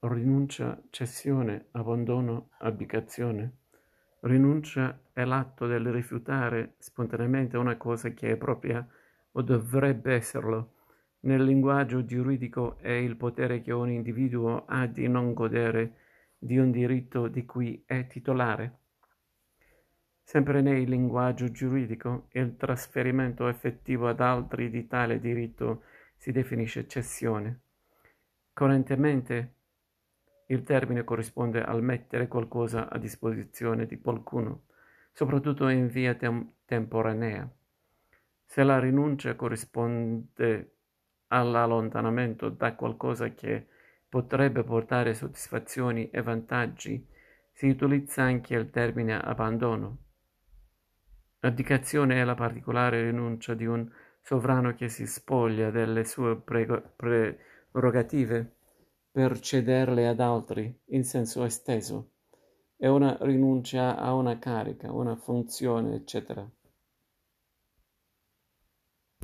rinuncia, cessione, abbandono, abdicazione. Rinuncia è l'atto del rifiutare spontaneamente una cosa che è propria o dovrebbe esserlo. Nel linguaggio giuridico è il potere che un individuo ha di non godere di un diritto di cui è titolare. Sempre nel linguaggio giuridico, il trasferimento effettivo ad altri di tale diritto si definisce cessione. Correntemente, il termine corrisponde al mettere qualcosa a disposizione di qualcuno, soprattutto in via temporanea. Se la rinuncia corrisponde all'allontanamento da qualcosa che potrebbe portare soddisfazioni e vantaggi, si utilizza anche il termine abbandono. Abdicazione è la particolare rinuncia di un sovrano che si spoglia delle sue prerogative per cederle ad altri in senso esteso. È una rinuncia a una carica, una funzione, eccetera.